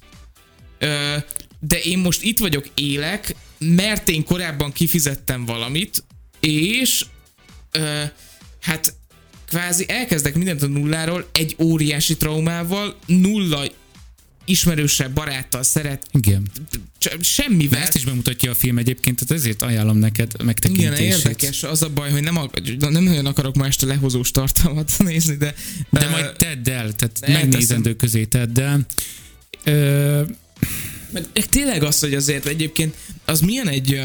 ö, de én most itt vagyok, élek, mert én korábban kifizettem valamit, és ö, hát kvázi elkezdek mindent a nulláról, egy óriási traumával, nulla ismerősebb baráttal szeret. Igen. Semmivel. De ezt is bemutatja a film egyébként, tehát ezért ajánlom neked megtekintését. Igen, érdekes. Az a baj, hogy nem, a, nem nagyon akarok ma este lehozós tartalmat nézni, de... De uh, majd tedd el, tehát megnézendő közé tedd el. Ö... Meg tényleg az, hogy azért egyébként az milyen egy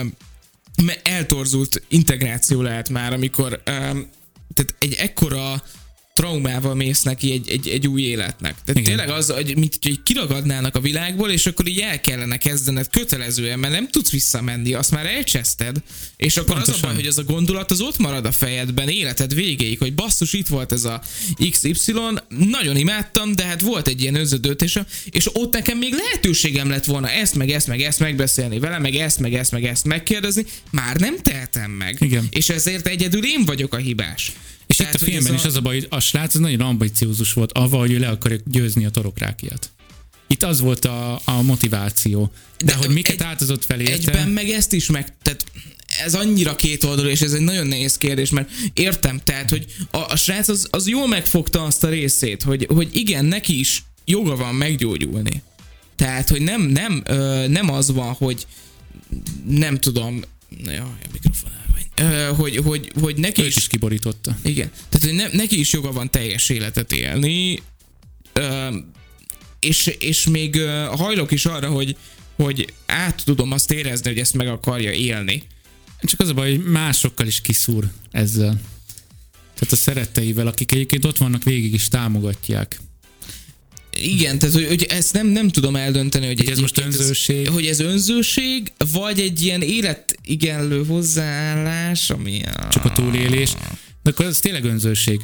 eltorzult integráció lehet már, amikor um, tehát egy ekkora traumával mész neki egy, egy, egy új életnek. Tehát igen. Tényleg az, hogy mint hogy kiragadnának a világból, és akkor így el kellene kezdened kötelezően, mert nem tudsz visszamenni, azt már elcseszted, és akkor pontosan. Az a baj, hogy az a gondolat az ott marad a fejedben életed végéig, hogy basszus, itt volt ez a iksz ipszilon, nagyon imádtam, de hát volt egy ilyen önződőtésem, és ott nekem még lehetőségem lett volna ezt, meg ezt, meg ezt megbeszélni vele, meg ezt, meg ezt, meg ezt megkérdezni, már nem tehetem meg. Igen. És ezért egyedül én vagyok a hibás. És tehát, itt a filmben is a... az a baj, hogy a srác az nagyon ambiciózus volt avval, hogy ő le akarja győzni a torokrákiát. Itt az volt a, a motiváció. De, de hogy miket egy, áldozott fel érte... Egyben meg ezt is meg... Tehát ez annyira két oldalú, és ez egy nagyon nehéz kérdés, mert értem, tehát, hogy a, a srác az, az jól megfogta azt a részét, hogy, hogy igen, neki is joga van meggyógyulni. Tehát, hogy nem, nem, ö, nem az van, hogy nem tudom... Jaj, a mikrofon elvány. Hogy, hogy, hogy neki is, is kiborította. Igen. Tehát, hogy ne, neki is joga van teljes életet élni, ö, és, és még hajlok is arra, hogy, hogy át tudom azt érezni, hogy ezt meg akarja élni. Csak az a baj, hogy másokkal is kiszúr ezzel. Tehát a szeretteivel, akik egyébként ott vannak, végig is támogatják. Igen, tehát hogy, hogy ezt nem, nem tudom eldönteni, hogy, hogy ez most önzőség. Ez, hogy ez önzőség, vagy egy ilyen életigenlő hozzáállás, ami... A... Csak a túlélés. De akkor ez tényleg önzőség.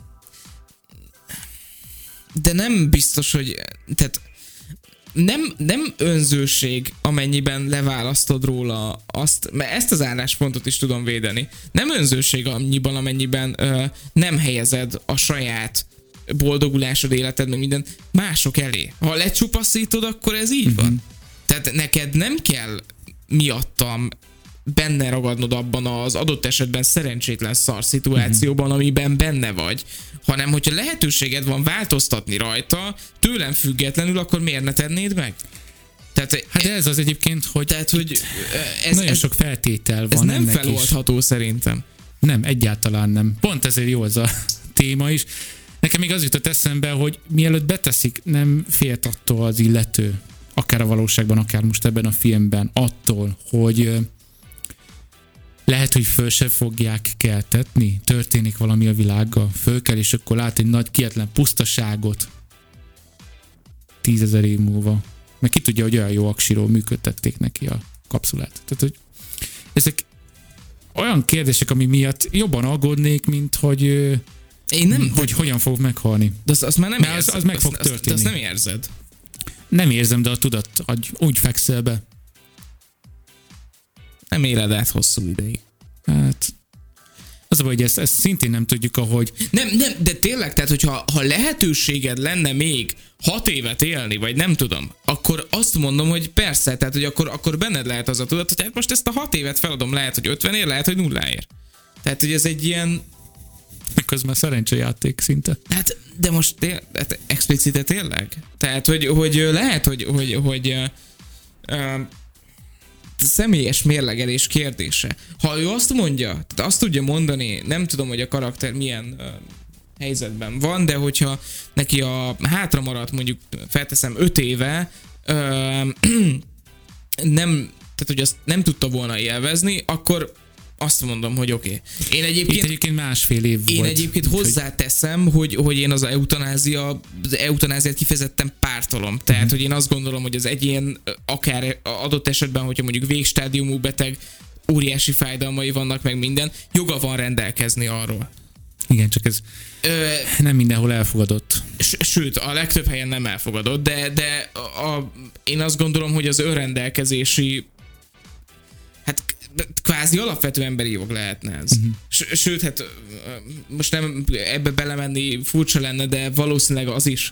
De nem biztos, hogy... Tehát nem, nem önzőség, amennyiben leválasztod róla azt, mert ezt az álláspontot is tudom védeni. Nem önzőség annyiban, amennyiben ö, nem helyezed a saját boldogulásod, életed, meg minden mások elé. Ha lecsupaszítod, akkor ez így uh-huh. van. Tehát neked nem kell miattam benne ragadnod abban az adott esetben szerencsétlen szar szituációban, uh-huh. amiben benne vagy, hanem hogyha lehetőséged van változtatni rajta, tőlem függetlenül, akkor miért ne tennéd meg? Tehát, hát ez az egyébként, hogy, tehát, hogy ez, nagyon ez, sok feltétel van. Ez nem ennek feloldható is. Szerintem. Nem, egyáltalán nem. Pont ezért jó az a téma is. Nekem még az jutott eszembe, hogy mielőtt beteszik, nem félt attól az illető, akár a valóságban, akár most ebben a filmben, attól, hogy lehet, hogy föl se fogják keltetni, történik valami a világgal, föl kell, és akkor lát egy nagy kietlen pusztaságot tízezer év múlva. Meg ki tudja, hogy olyan jó aksiról működtették neki a kapszulát. Tehát, hogy ezek olyan kérdések, ami miatt jobban aggódnék, mint hogy Én nem, hogy hogyan fog meghalni. De azt, azt már nem érzed. Az, az meg azt, fog azt, történni. Azt nem érzed. Nem érzem, de a tudat, hogy úgy fekszel be. Nem éled át hosszú ideig. Hát... Az a baj, hogy ezt, ezt szintén nem tudjuk, ahogy... Nem, nem, de tényleg, tehát hogyha ha lehetőséged lenne még hat évet élni, vagy nem tudom, akkor azt mondom, hogy persze, tehát hogy akkor, akkor benned lehet az a tudat, hogy hát most ezt a hat évet feladom, lehet, hogy ötvenért, lehet, hogy nulláért. Tehát, hogy ez egy ilyen... Meg közben szerencsejáték szinte. Hát, de most tél, hát explicite tényleg? Tehát, hogy, hogy lehet, hogy, hogy, hogy uh, uh, személyes mérlegelés kérdése. Ha ő azt mondja, tehát azt tudja mondani, nem tudom, hogy a karakter milyen uh, helyzetben van, de hogyha neki a hátra maradt, mondjuk felteszem öt éve, uh, nem, tehát hogy azt nem tudta volna élvezni, akkor azt mondom, hogy oké. Okay. Én egyébként, Itt egyébként másfél év én volt. Én egyébként hozzáteszem, hogy, hogy én az eutanázia, az eutanáziát kifejezetten pártolom. Tehát, uh-huh. hogy én azt gondolom, hogy az egyén akár adott esetben, hogyha mondjuk végstádiumú beteg, óriási fájdalmai vannak, meg minden, joga van rendelkezni arról. Igen, csak ez Ö, nem mindenhol elfogadott. Sőt, a legtöbb helyen nem elfogadott, de, de a, a, én azt gondolom, hogy az önrendelkezési hát kvázi alapvető emberi jog lehetne ez. Uh-huh. Sőt, hát most nem ebbe belemenni furcsa lenne, de valószínűleg az is.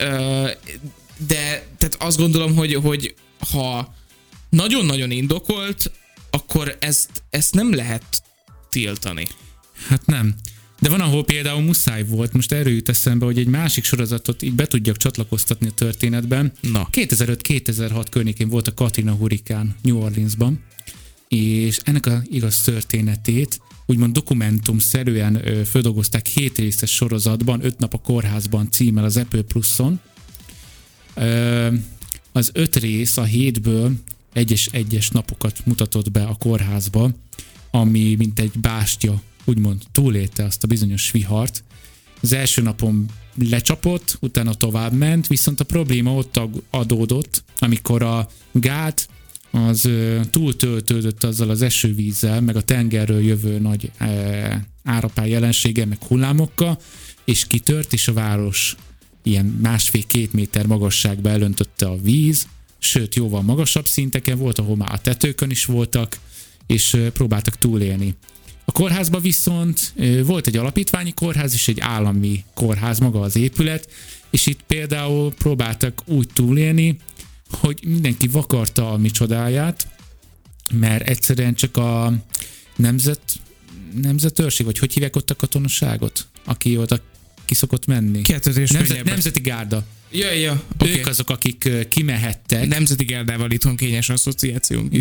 De tehát azt gondolom, hogy, hogy ha nagyon-nagyon indokolt, akkor ezt, ezt nem lehet tiltani. Hát nem. De van, ahol például muszáj volt, most erről jut eszembe, hogy egy másik sorozatot így be tudjak csatlakoztatni a történetben. Na. kétezer-öt kétezer-hat környékén volt a Katrina hurrikán New Orleansban, és ennek az igaz történetét úgymond dokumentumszerűen ö, földolgozták hét részes sorozatban, öt nap a kórházban címmel az Apple Pluson. Ö, az öt rész a hétből egyes-egyes napokat mutatott be a kórházba, ami mint egy bástya, úgymond túlélte azt a bizonyos vihart. Az első napon lecsapott, utána tovább ment, viszont a probléma ott adódott, amikor a gát az túltöltődött azzal az esővízzel, meg a tengerről jövő nagy e, árapály jelenséggel, meg hullámokkal, és kitört, és a város ilyen másfél-két méter magasságba elöntötte a víz, sőt, jóval magasabb szinteken volt, ahol már a tetőkön is voltak, és próbáltak túlélni. A kórházban viszont volt egy alapítványi kórház és egy állami kórház, maga az épület, és itt például próbáltak úgy túlélni, hogy mindenki vakarta a mi csodáját, mert egyszerűen csak a nemzet, nemzetőrség, vagy hogy hívják ott a katonaságot, aki oda ki szokott menni? Nemzet, nemzeti gárda. Ja, ja, okay. Ők azok, akik kimehettek. Nemzeti gárdával itthon kényes asszociációnk.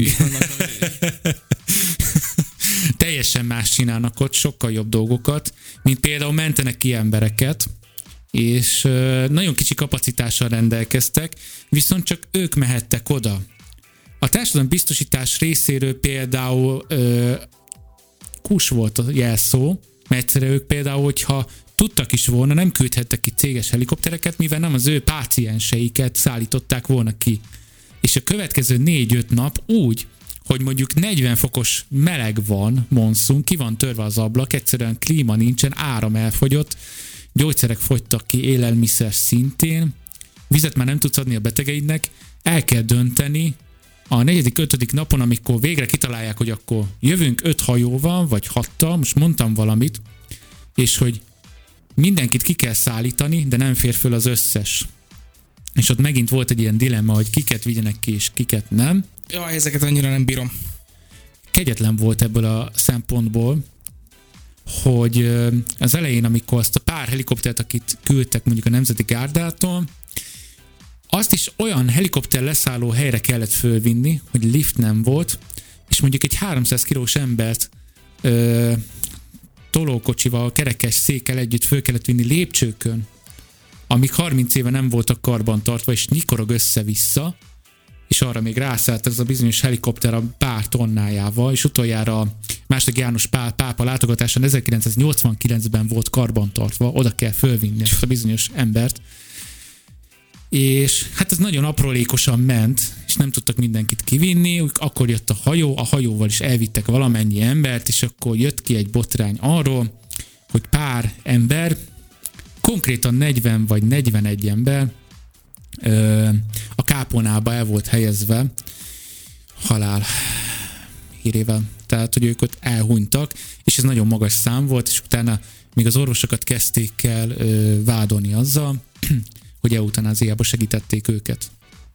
Teljesen más csinálnak ott, sokkal jobb dolgokat, mint például mentenek ki embereket, és nagyon kicsi kapacitással rendelkeztek, viszont csak ők mehettek oda. A társadalombiztosítás részéről például ö, kus volt a jelszó, mert egyszerűen ők például, hogyha tudtak is volna, nem küldhettek ki céges helikoptereket, mivel nem az ő pácienseiket szállították volna ki. És a következő négy-öt nap úgy, hogy mondjuk negyven fokos meleg van, monszun, ki van törve az ablak, egyszerűen klíma nincsen, áram elfogyott, gyógyszerek fogytak ki, élelmiszer szintén, vizet már nem tudsz adni a betegeidnek, el kell dönteni a negyedik, ötödik napon, amikor végre kitalálják, hogy akkor jövünk öt hajóval, vagy hattal, most mondtam valamit, és hogy mindenkit ki kell szállítani, de nem fér föl az összes. És ott megint volt egy ilyen dilemma, hogy kiket vigyenek ki, és kiket nem. Jaj, ezeket annyira nem bírom. Kegyetlen volt ebből a szempontból, hogy az elején, amikor azt a pár helikoptert, akit küldtek mondjuk a Nemzeti Gárdától, azt is olyan helikopter leszálló helyre kellett fölvinni, hogy lift nem volt, és mondjuk egy háromszáz kilós embert ö, tolókocsival, kerekes székkel együtt föl kellett vinni lépcsőkön, amik harminc éve nem voltak karbantartva, és nyikorog össze-vissza, és arra még rászállt ez a bizonyos helikopter a pár tonnájával, és utoljára a második János Pál, pápa látogatásán ezerkilencszáznyolcvankilencben volt karbantartva, oda kell fölvinni ezt a bizonyos embert. És hát ez nagyon aprólékosan ment, és nem tudtak mindenkit kivinni, akkor jött a hajó, a hajóval is elvittek valamennyi embert, és akkor jött ki egy botrány arról, hogy pár ember, konkrétan negyven vagy negyvenegy ember ö, a kápolnába el volt helyezve halál hírével. Tehát, hogy ők ott elhunytak, és ez nagyon magas szám volt, és utána még az orvosokat kezdték el ö, vádolni azzal, hogy eutanáziába segítették őket.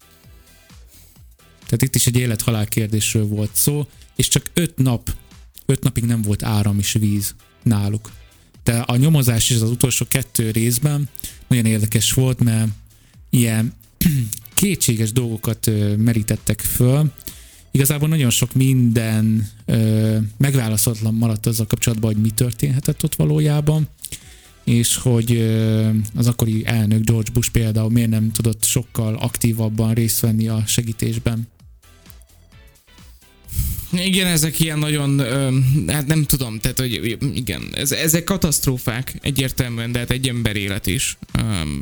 Tehát itt is egy élet-halál kérdésről volt szó, és csak öt nap, öt napig nem volt áram és víz náluk. De a nyomozás is az utolsó kettő részben nagyon érdekes volt, mert ilyen kétséges dolgokat ö, merítettek föl. Igazából nagyon sok minden ö, megválaszolatlan maradt azzal kapcsolatban, hogy mi történhetett ott valójában, és hogy az akkori elnök George Bush például miért nem tudott sokkal aktívabban részt venni a segítésben. Igen, ezek ilyen nagyon, hát nem tudom, tehát hogy igen, ez, ezek katasztrófák egyértelműen, de hát egy ember élet is. Um,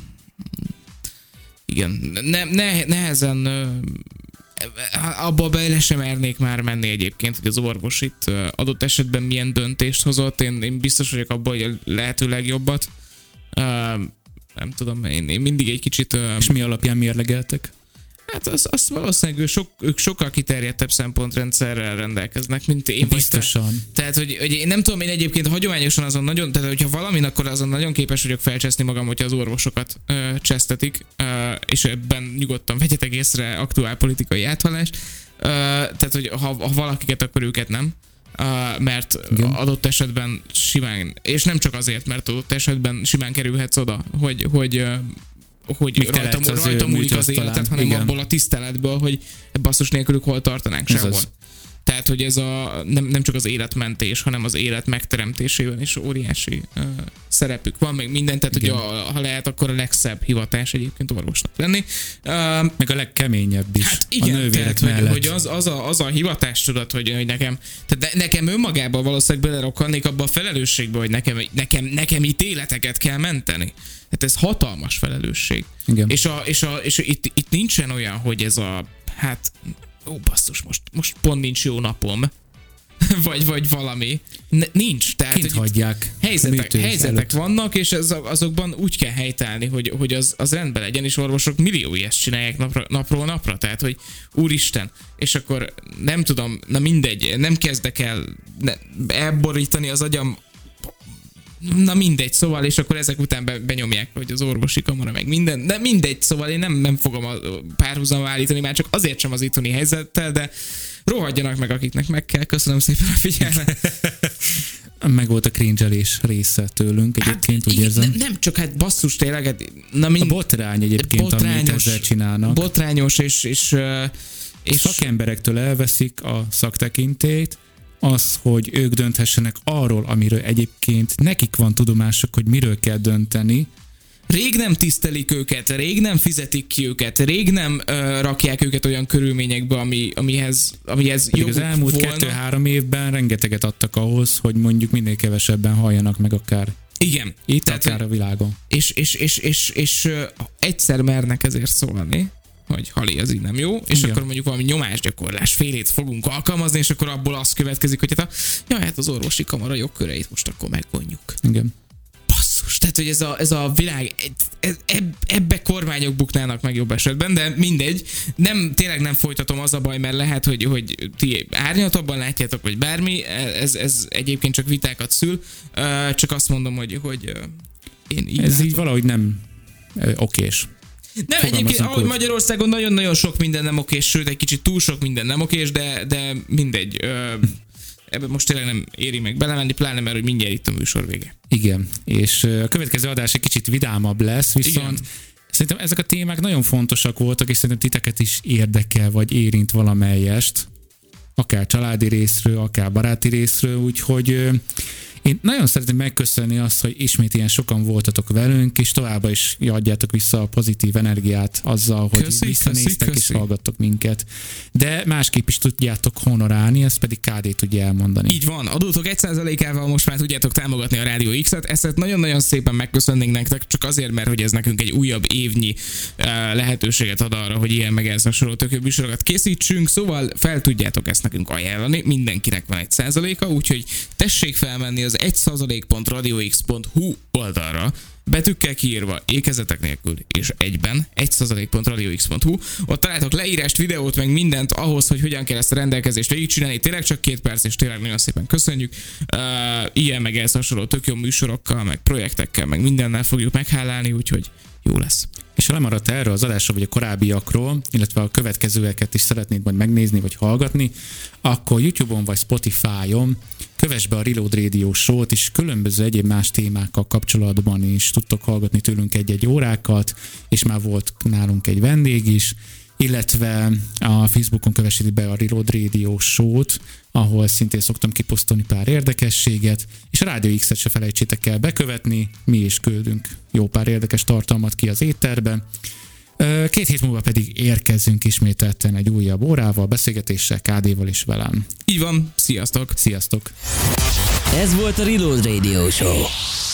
igen, ne, ne, nehezen abba bele sem mernék már menni egyébként, hogy az orvos itt adott esetben milyen döntést hozott. Én, én biztos vagyok abban, hogy a lehető legjobbat. Uh, nem tudom, én, én mindig egy kicsit... Uh, És mi alapján mérlegeltek? Hát azt az valószínűleg ők, sok, ők sokkal kiterjedtebb szempontrendszerrel rendelkeznek, mint én. Biztosan. Tehát, hogy, hogy én nem tudom, én egyébként hagyományosan azon nagyon, tehát hogyha valamin, akkor azon nagyon képes vagyok felcseszni magam, hogyha az orvosokat ö, csesztetik, ö, és ebben nyugodtan vegyetek észre aktuál politikai áthallást. Ö, tehát, hogy ha, ha valakiket, akkor őket nem. Uh, mert igen. Adott esetben simán, és nem csak azért, mert adott esetben simán kerülhetsz oda, hogy, hogy uh, hogy rajta, rajta múlik az életet, hanem igen. Abból a tiszteletből, hogy basszus nélkülük hol tartanánk sehol. Tehát, hogy ez a nem, nem csak az életmentés, hanem az élet megteremtésében is óriási uh, szerepük van, meg minden, tehát hogy a, ha lehet, akkor a legszebb hivatás egyébként orvosnak lenni. Uh, meg a legkeményebb is. Hát igen, a tehát, hogy, hogy az, az, a, az a hivatás, tudod, hogy, hogy nekem, tehát nekem önmagában valószínűleg belerokkannék abba a felelősségbe, hogy nekem, nekem, nekem itt életeket kell menteni. Hát ez hatalmas felelősség. Igen. És, a, és, a, és itt, itt nincsen olyan, hogy ez a, hát ó, basszus, most, most pont nincs jó napom, vagy, vagy valami. N- nincs. Tehát, kint hagyják. Helyzetek, helyzetek vannak, és ez, azokban úgy kell helytállni, hogy, hogy az, az rendben legyen, és orvosok milliói ezt csinálják napra, napról napra, tehát, hogy úristen, és akkor nem tudom, na mindegy, nem kezdek el ne, elborítani az agyam, na mindegy, szóval, és akkor ezek után be, benyomják, hogy az orvosi kamara meg minden, de mindegy, szóval én nem, nem fogom a párhuzamba állítani, már csak azért sem az itthoni helyzettel, de rohadjanak meg, akiknek meg kell. Köszönöm szépen a figyelmet. Meg volt a cringe-elés része tőlünk egyébként, hát, úgy érzem. Nem, nem csak, hát basszus tényleg, hát, na mind, a botrány egyébként, amit ezzel csinálnak. Botrányos, és, és, és szakemberektől elveszik a szaktekintélyt, az, hogy ők dönthessenek arról, amiről egyébként nekik van tudomásuk, hogy miről kell dönteni, Rég nem tisztelik őket, rég nem fizetik ki őket, rég nem uh, rakják őket olyan körülményekbe, ami, amihez, amihez joguk az elmúlt volna. kettő-három évben rengeteget adtak ahhoz, hogy mondjuk minél kevesebben halljanak meg akár. Igen. Itt tehát, akár a világon. És, és, és, és, és uh, egyszer mernek ezért szólni, hogy hali, az így nem jó, és Igen. akkor mondjuk valami nyomásgyakorlás félét fogunk alkalmazni, és akkor abból az következik, hogy hát, a, ja, hát az orvosi kamara jogköreit most akkor megvonjuk. Igen. Basszus, tehát hogy ez a, ez a világ, eb, ebbe kormányok buknának meg jobb esetben, de mindegy, nem, tényleg nem folytatom, az a baj, mert lehet, hogy, hogy ti árnyaltabban látjátok, vagy bármi, ez, ez egyébként csak vitákat szül, csak azt mondom, hogy, hogy én így Ez látom. így valahogy nem ö, okés. Nem, egyébként, ahogy úgy. Magyarországon nagyon-nagyon sok minden nem okés, sőt, egy kicsit túl sok minden nem okés, de, de mindegy. Ö, ebben most tényleg nem éri meg belemenni, pláne mert hogy mindjárt itt a műsor vége. Igen, és a következő adás egy kicsit vidámabb lesz, viszont Igen. szerintem ezek a témák nagyon fontosak voltak, és szerintem titeket is érdekel, vagy érint valamelyest, akár családi részről, akár baráti részről, úgyhogy ö, én nagyon szeretném megköszönni azt, hogy ismét ilyen sokan voltatok velünk, és továbbá is adjátok vissza a pozitív energiát azzal, hogy Köszi, visszanéztek köszi, és köszi. hallgattok minket. De másképp is tudjátok honorálni, ezt pedig ká dé tudja elmondani. Így van, adótok egy százalékával most már tudjátok támogatni a Rádió X-et, ezt nagyon-nagyon szépen megköszönnénk nektek, csak azért, mert hogy ez nekünk egy újabb évnyi uh, lehetőséget ad arra, hogy ilyen meg ehhez hasonló tök jó műsorokat készítsünk, szóval fel tudjátok ezt nekünk ajánlani, mindenkinek van egy százaléka, úgyhogy tessék felmenni az egy százalék pont radiox pont hu oldalra, betűkkel kiírva, ékezetek nélkül, és egyben egy százalék pont radiox pont hu. Ott találtok leírást, videót, meg mindent ahhoz, hogy hogyan kell ezt a rendelkezést végigcsinálni. Tényleg csak két perc, és tényleg nagyon szépen köszönjük. Uh, ilyen meg ehhez hasonló tök jó műsorokkal, meg projektekkel, meg mindennel fogjuk meghálálni, úgyhogy jó lesz. És ha lemaradt erről az adásról, vagy a korábbiakról, illetve a következőeket is szeretnéd majd megnézni, vagy hallgatni, akkor YouTube-on vagy Spotify-on kövess be a Reload Radio Show-t, és különböző egyéb más témákkal kapcsolatban is tudtok hallgatni tőlünk egy-egy órákat, és már volt nálunk egy vendég is, illetve a Facebookon kövessétek be a Reload Radio Show-t, ahol szintén szoktam kiposztolni pár érdekességet, és a Rádió X-et se felejtsétek el bekövetni, mi is küldünk jó pár érdekes tartalmat ki az étterbe. Két hét múlva pedig érkezzünk ismételten egy újabb órával, beszélgetéssel ká dé-val és velem. Így van, sziasztok! Sziasztok! Ez volt a Reload Radio Show.